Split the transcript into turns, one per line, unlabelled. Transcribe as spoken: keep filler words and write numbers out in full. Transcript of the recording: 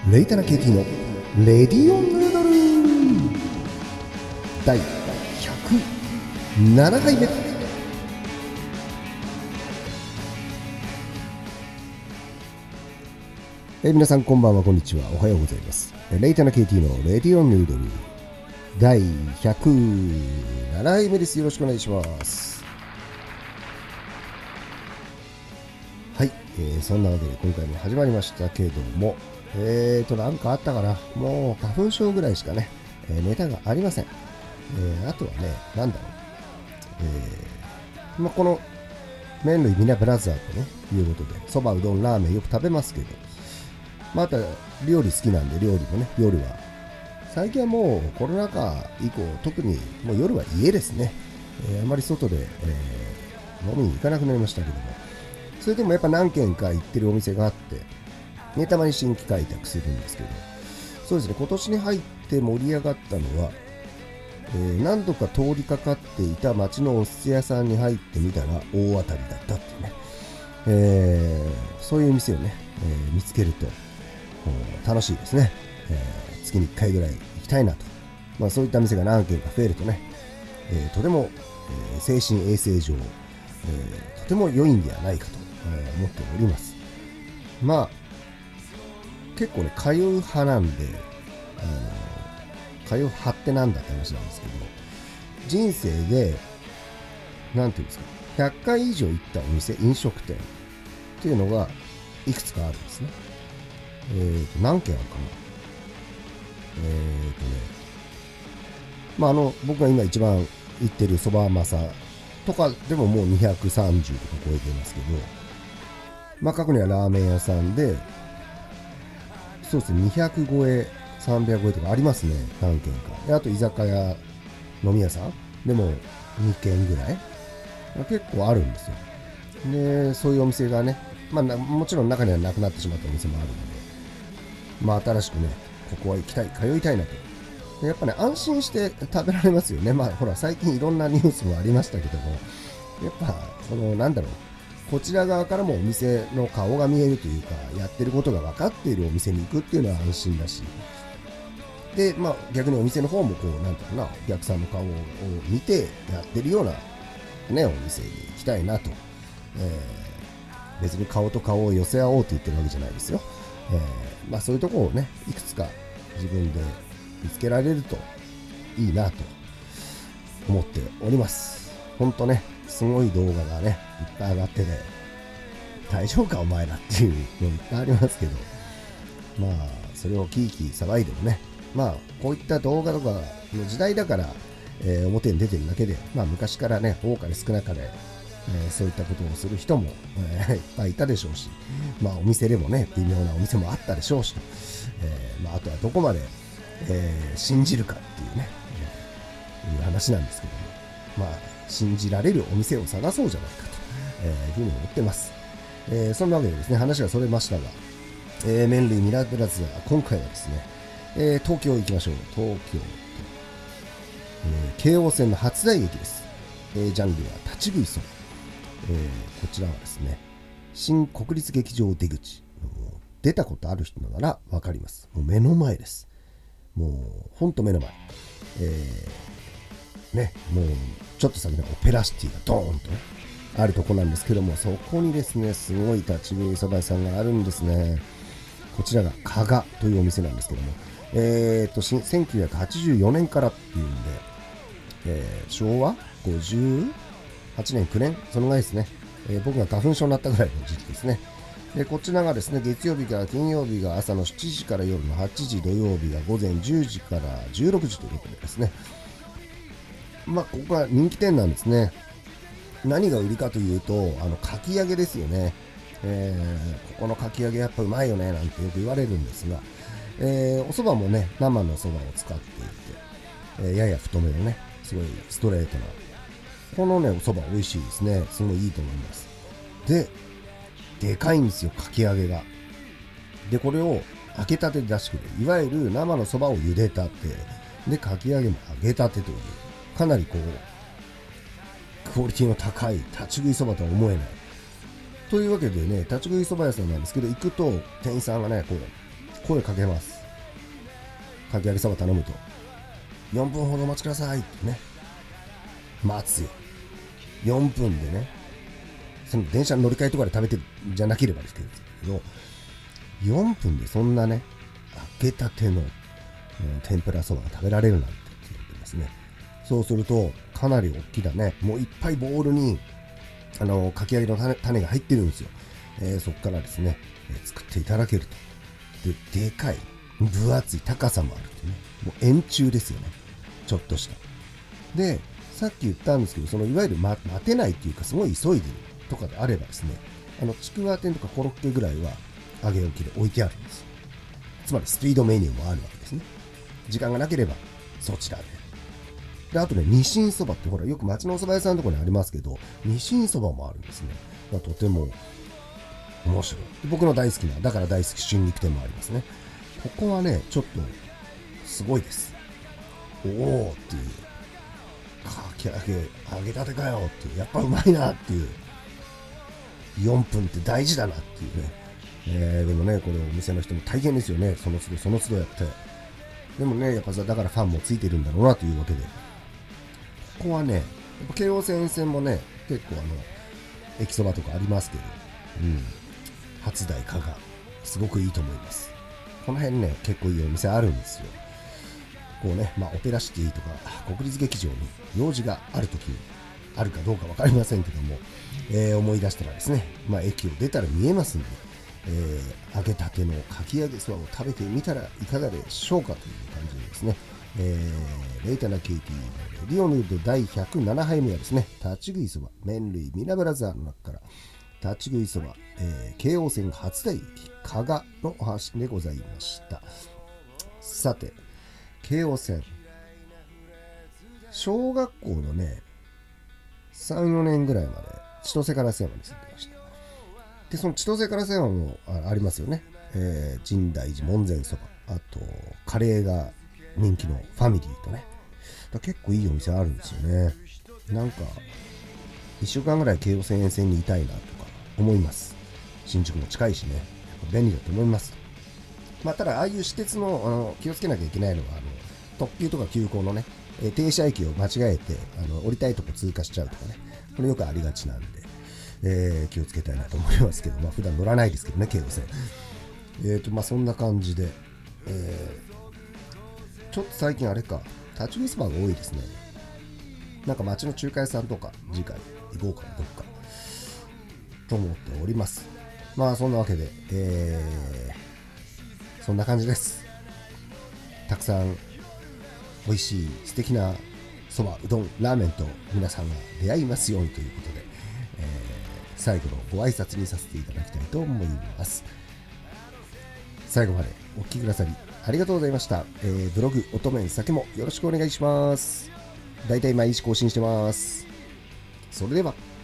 レイタナ ケーティー のレディオヌードル第ひゃくななかいめ。えー、皆さんこんばんは、こんにちは、おはようございます。レイタナ ケーティー のレディオヌードル第ひゃくななかいめです。よろしくお願いします。はい、えー、そんなわけで今回も始まりましたけども、えーとなんかあったかな。もう花粉症ぐらいしかね、えー、ネタがありません。えー、あとはね、なんだろう、えーまあ、この麺類みんなブラザーとねいうことで、そばうどんラーメンよく食べますけど、また料理好きなんで、料理もね、夜は最近はもうコロナ禍以降特にもう夜は家ですね。えー、あまり外で、えー、飲みに行かなくなりましたけども、それでもやっぱ何軒か行ってるお店があって、ね、たまに新規開拓するんですけど、そうですね、今年に入って盛り上がったのは、えー、何度か通りかかっていた町のお寿司屋さんに入ってみたら大当たりだったっていうね、えー、そういう店をね、えー、見つけると楽しいですね。えー、月にいっかいぐらい行きたいなと、まあ、そういった店が何軒か増えるとね、えー、とても、えー、精神衛生上、えー、とても良いんではないかと、えー、思っております。まあ結構ね、通う派なんで、あの通う派ってなんだって話なんですけど、人生でなんていうんですか、ひゃっかい以上行ったお店、飲食店っていうのがいくつかあるんですね。えーと何軒あるかな。えーとねまああの僕が今一番行ってるそばまさとかでももうにひゃくさんじゅうとか超えていますけど、まあ過去にはラーメン屋さんで、そうですね、にひゃく超え、さんびゃく超えとかありますね、何軒か。であと居酒屋、飲み屋さんでもにけんぐらい結構あるんですよ。でそういうお店がね、まあ、もちろん中にはなくなってしまったお店もあるので、まあ新しくね、ここは行きたい、通いたいなと。でやっぱね、安心して食べられますよね。まあほら、最近いろんなニュースもありましたけども、やっぱそのなんだろう、こちら側からもお店の顔が見えるというか、やってることが分かっているお店に行くっていうのは安心だし、で、まあ逆にお店の方もこう、なんていうかな、お客さんの顔を見てやってるようなね、お店に行きたいなと。えー、別に顔と顔を寄せ合おうと言ってるわけじゃないですよ。えー、まあそういうところをね、いくつか自分で見つけられるといいなと思っております。ほんとね、すごい動画がね、いっぱい上がってて、大丈夫かお前らっていうのいっぱいありますけど、まあそれをキーキー騒いでもね、まあこういった動画とかの時代だから、えー、表に出てるだけで、まあ昔からね、多かれ少なかれ、えー、そういったことをする人も、えー、いっぱいいたでしょうし、まあお店でもね、微妙なお店もあったでしょうしと、えーまあ、あとはどこまで、えー、信じるかっていうね、えー、いう話なんですけども、まあ信じられるお店を探そうじゃないかと、えー、いうふうに思ってます。えー、そんなわけでですね、話がそれましたが、えー、麺類ミラブラズが今回はですね、えー、東京行きましょう。東京、えー、京王線の初台駅です。えー、ジャンルは立ち食いそば。えー、こちらはですね、新国立劇場出口、出たことある人ならわかります。もう目の前です。もうほんと目の前。えー、ね、もうちょっと先のオペラシティがドーンとね、あるとこなんですけども、そこにですね、すごい立ち食いそば屋さんがあるんですね。こちらが加賀というお店なんですけども、えーとせんきゅうひゃくはちじゅうよねんからっていうんで、えー、しょうわごじゅうはちねんきゅうねんそのぐらいですね、えー、僕が花粉症になったぐらいの時期ですね。でこちらがですね、月曜日から金曜日が朝のしちじから夜のはちじ、土曜日が午前じゅうじからじゅうろくじということでですね、まあここが人気店なんですね。何が売りかというと、あのかき揚げですよね。えー、ここのかき揚げやっぱうまいよねなんてよく言われるんですが、えー、お蕎麦もね、生の蕎麦を使っていて、えー、やや太めのね、すごいストレートな、このねお蕎麦美味しいですね。すごいいいと思います。ででかいんですよ、かき揚げが。でこれを揚げたてで出してくれる、いわゆる生の蕎麦を茹でたてで、かき揚げも揚げたてという、かなりこうクオリティの高い立ち食いそばとは思えないというわけでね、立ち食いそば屋さんなんですけど、行くと店員さんがね、こう声かけます。かき揚げそば頼むと、よんぷんほどお待ちくださいってね、待つよ。よんぷんでね、その電車の乗り換えとかで食べてるんじゃなければですけど、よんぷんでそんなね、揚げたての、うん、天ぷらそばが食べられるなんて言ってですね。そうすると、かなり大きなね、もういっぱいボウルに、あの、かき揚げの種、種が入ってるんですよ。えー、そこからですね、えー、作っていただけると。で、でかい、分厚い高さもあるってね。もう円柱ですよね。ちょっとした。で、さっき言ったんですけど、そのいわゆる、ま、待てないっていうか、すごい急いでるとかであればですね、あの、ちくわ天とかコロッケぐらいは揚げ置きで置いてあるんです。つまりスピードメニューもあるわけですね。時間がなければそちらで。で、あとね、ニシンそばってほら、よく町のお蕎麦屋さんのところにありますけど、ニシンそばもあるんですね。とても面白い。僕の大好きな、だから大好き春菊店もありますね。ここはね、ちょっとすごいです。おおっていう。かき揚げ、揚げたてかよっていう。やっぱうまいなっていう。よんぷんって大事だなっていうね。えー、でもね、これお店の人も大変ですよね。その都度その都度やって。でもね、やっぱだからファンもついてるんだろうなというわけで。ここはね、やっぱ京王線線もね、結構あの、駅そばとかありますけど、うん。初台加賀、すごくいいと思います。この辺ね、結構いいお店あるんですよ。こうね、まあ、オペラシティとか国立劇場に用事があるときにあるかどうか分かりませんけども、えー、思い出したらですね、まあ、駅を出たら見えますんで、えー、揚げたてのかき揚げそばを食べてみたらいかがでしょうかという感じでですね、えー、レイタナケイティのレディオヌードだいひゃくななはいめはですね、立ち食いそば、麺類ミラブラザーの中から立ち食いそば、えー、京王線初台駅加賀のお話でございました。さて、京王線、小学校のね、さん、よねんぐらいまで千歳烏山に住んでました。で、その千歳烏山も あ, ありますよね。えー、深大寺門前そば、あとカレーが人気のファミリーとね、だ結構いいお店あるんですよね。なんかいっしゅうかんぐらい京王線沿線にいたいなとか思います。新宿も近いしね、便利だと思います。まあ、ただああいう私鉄 の, あの気をつけなきゃいけないのは、あの特急とか急行のね、えー、停車駅を間違えてあの降りたいとこ通過しちゃうとかね、これよくありがちなんで、えー、気をつけたいなと思いますけど、まあ普段乗らないですけどね、京王線。えーとまあそんな感じで、えー、ちょっと最近あれか、立ち食いそばが多いですね。なんか街の中華屋さんとか次回行こうかな、どっかと思っております。まあそんなわけで、えー、そんな感じです。たくさん美味しい素敵なそば、うどん、ラーメンと皆さんが出会いますようにということで、えー、最後のご挨拶にさせていただきたいと思います。最後までお聞きくださりありがとうございました。えー、ブログ、おとめん酒もよろしくお願いします。だいたい毎日更新してます。それでは。